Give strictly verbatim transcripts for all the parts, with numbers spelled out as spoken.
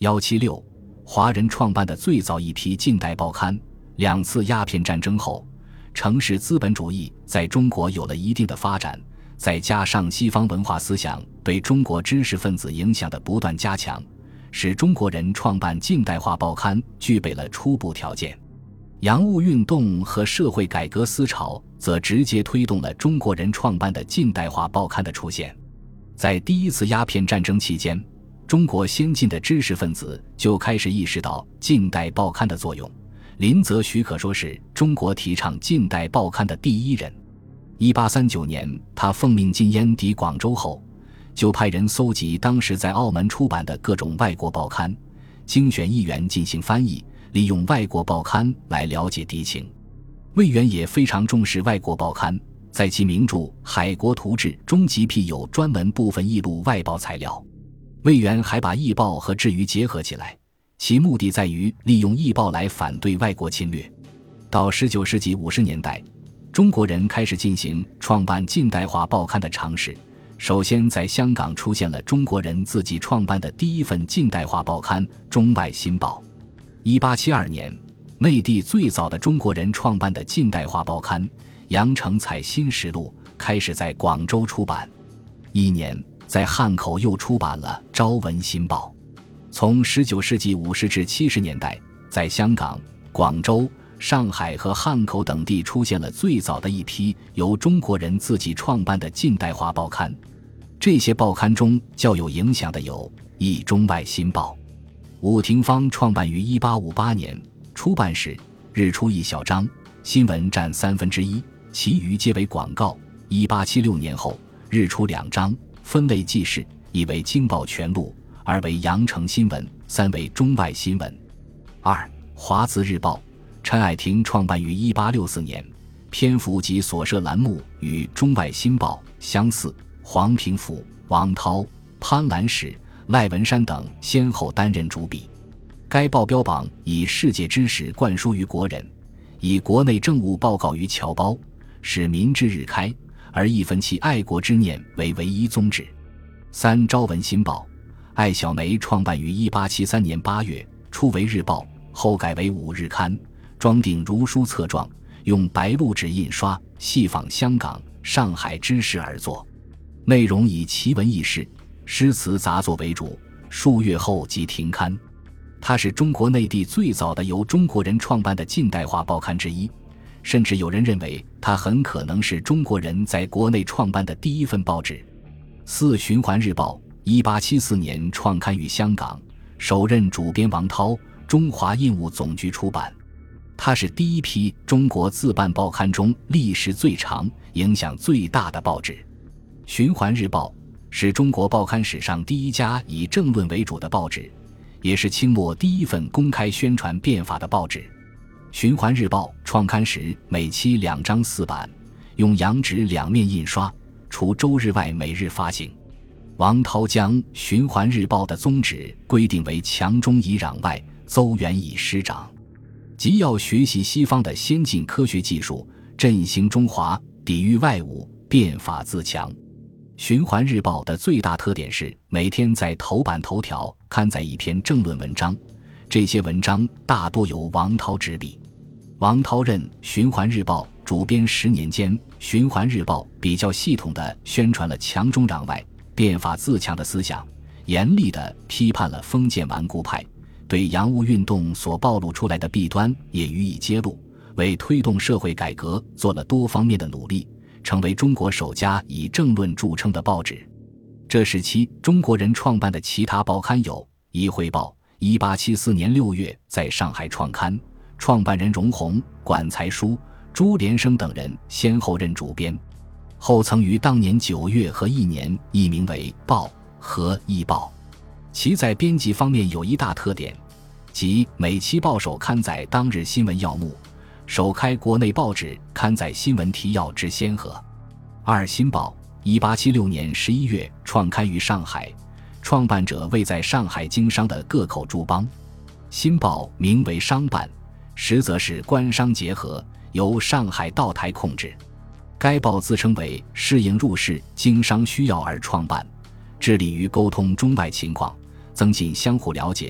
一七六华人创办的最早一批近代报刊。两次鸦片战争后，城市资本主义在中国有了一定的发展，再加上西方文化思想对中国知识分子影响的不断加强，使中国人创办近代化报刊具备了初步条件。洋务运动和社会改革思潮则直接推动了中国人创办的近代化报刊的出现。在第一次鸦片战争期间，中国先进的知识分子就开始意识到近代报刊的作用。林则徐可说是中国提倡近代报刊的第一人。一八三九年，他奉命禁烟抵广州后，就派人搜集当时在澳门出版的各种外国报刊，精选一员进行翻译，利用外国报刊来了解敌情。魏源也非常重视外国报刊，在其名著《海国图志》中即辟有专门部分译录外报材料。魏源还把译报和志余结合起来，其目的在于利用译报来反对外国侵略。到十九世纪五十年代，中国人开始进行创办近代化报刊的尝试。首先在香港出现了中国人自己创办的第一份近代化报刊《中外新报》。一八七二年，内地最早的中国人创办的近代化报刊《羊城采新实录》开始在广州出版。一年，在汉口又出版了《朝闻新报》。从十九世纪五十至七十年代，在香港、广州、上海和汉口等地出现了最早的一批由中国人自己创办的近代化报刊。这些报刊中较有影响的有《一中外新报》。伍廷芳创办于一八五八年，出版时日出一小章，新闻占三分之一，其余皆为广告。一八七六年后，日出两章，分类记事，一为京报全录，二为羊城新闻，三为中外新闻。二、华字日报，陈爱婷创办于一八六四年，篇幅及所涉栏目与中外新报相似。黄平甫、王涛、潘澜史、赖文山等先后担任主笔。该报标榜以世界知识灌输于国人，以国内政务报告于侨胞，使民之日开，而一分其爱国之念为唯一宗旨。三、朝闻新报，艾小梅创办于一八七三年八月，初为日报，后改为五日刊，装订如书册状，用白录纸印刷，细仿香港、上海之事而作。内容以奇闻异事、诗词杂作为主，数月后即停刊。它是中国内地最早的由中国人创办的近代化报刊之一，甚至有人认为它很可能是中国人在国内创办的第一份报纸。四、循环日报，一八七四年创刊于香港，首任主编王涛，中华印务总局出版。它是第一批中国自办报刊中历时最长、影响最大的报纸。循环日报是中国报刊史上第一家以政论为主的报纸，也是清末第一份公开宣传变法的报纸。循环日报创刊时每期两张四版，用洋纸两面印刷，除周日外每日发行。王涛将循环日报的宗旨规定为强中以攘外，邹远以师长，即要学习西方的先进科学技术，振兴中华，抵御外侮，变法自强。循环日报的最大特点是每天在头版头条刊载一篇政论文章，这些文章大多由王涛执笔。王涛任循环日报主编十年间，循环日报比较系统地宣传了强中攘外、变法自强的思想，严厉地批判了封建顽固派，对洋务运动所暴露出来的弊端也予以揭露，为推动社会改革做了多方面的努力，成为中国首家以政论著称的报纸。这时期中国人创办的其他报刊有《一汇报》，一八七四年六月在上海创刊，创办人荣闳、管才书、朱连生等人先后任主编，后曾于当年九月和一年易名为《报》和《易报》。其在编辑方面有一大特点，即每期报首刊载当日新闻要目，首开国内报纸刊载新闻提要之先河。二、新报一八七六年十一月创刊于上海，创办者为在上海经商的各口诸邦。新报名为商办，实则是官商结合，由上海道台控制。该报自称为适应入世经商需要而创办，致力于沟通中外情况，增进相互了解，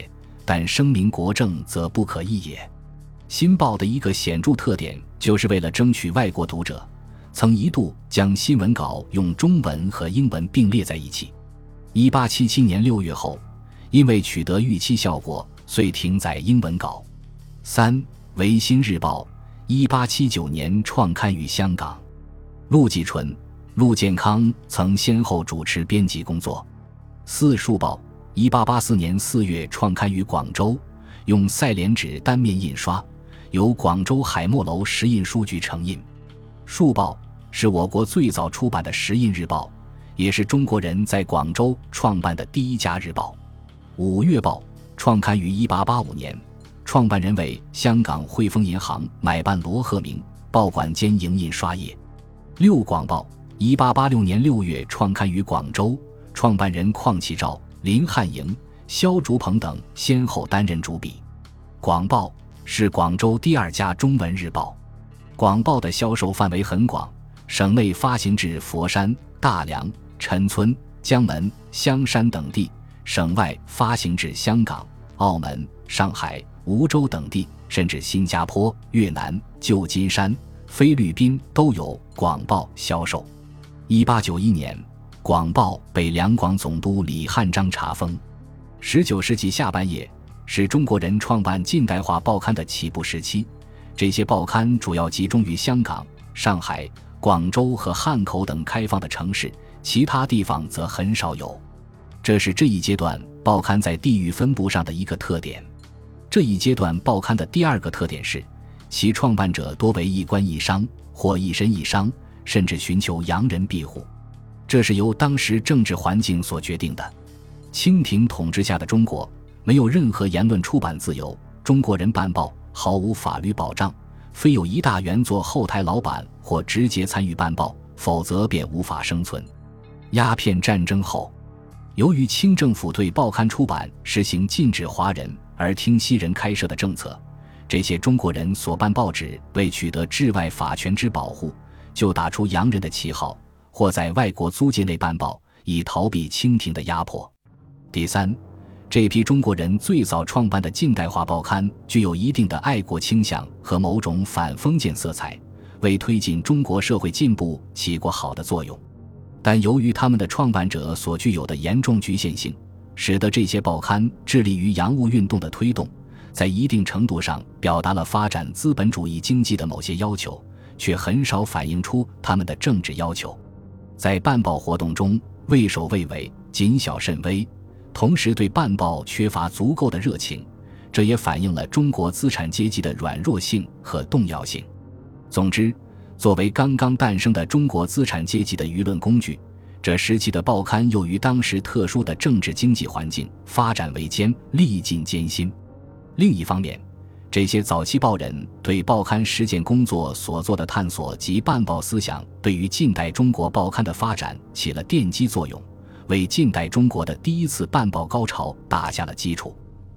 但声明国政则不可易也。新报的一个显著特点就是为了争取外国读者，曾一度将新闻稿用中文和英文并列在一起。一八七七年六月后，因为取得预期效果，遂停载英文稿。三、维新日报一八七九年创刊于香港，陆继纯、陆健康曾先后主持编辑工作。四、树报一八八四年四月创刊于广州，用赛莲纸单面印刷，由广州海默楼石印书局承印。树报是我国最早出版的石印日报，也是中国人在广州创办的第一家日报。五月报创刊于一八八五年，创办人为香港汇丰银行买办罗鹤鸣，报馆兼营印刷业。六广报一八八六年六月创刊于广州，创办人邝启照、林汉营、萧竹鹏等先后担任主笔。广报是广州第二家中文日报。广报的销售范围很广，省内发行至佛山、大良、陈村、江门、香山等地，省外发行至香港、澳门、上海、梧州等地，甚至新加坡、越南、旧金山、菲律宾都有广报销售。一八九一年，广报被两广总督李汉章查封。十九世纪下半叶是中国人创办近代化报刊的起步时期，这些报刊主要集中于香港、上海、广州和汉口等开放的城市，其他地方则很少有。这是这一阶段报刊在地域分布上的一个特点。这一阶段报刊的第二个特点是，其创办者多为一官一商或一身一商，甚至寻求洋人庇护。这是由当时政治环境所决定的。清廷统治下的中国没有任何言论出版自由，中国人办报毫无法律保障，非有一大员做后台老板或直接参与办报，否则便无法生存。鸦片战争后，由于清政府对报刊出版实行禁止华人而听西人开设的政策，这些中国人所办报纸为取得治外法权之保护，就打出洋人的旗号，或在外国租界内办报，以逃避清廷的压迫。第三，这批中国人最早创办的近代化报刊具有一定的爱国倾向和某种反封建色彩，为推进中国社会进步起过好的作用。但由于他们的创办者所具有的严重局限性，使得这些报刊致力于洋务运动的推动，在一定程度上表达了发展资本主义经济的某些要求，却很少反映出他们的政治要求。在办报活动中畏首畏尾，谨小慎微，同时对办报缺乏足够的热情，这也反映了中国资产阶级的软弱性和动摇性。总之，作为刚刚诞生的中国资产阶级的舆论工具，这时期的报刊由于当时特殊的政治经济环境，发展维艰，历尽艰辛。另一方面，这些早期报人对报刊实践工作所做的探索及办报思想，对于近代中国报刊的发展起了奠基作用，为近代中国的第一次办报高潮打下了基础。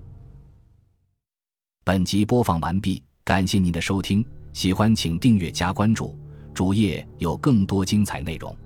本集播放完毕，感谢您的收听，喜欢请订阅加关注，主页有更多精彩内容。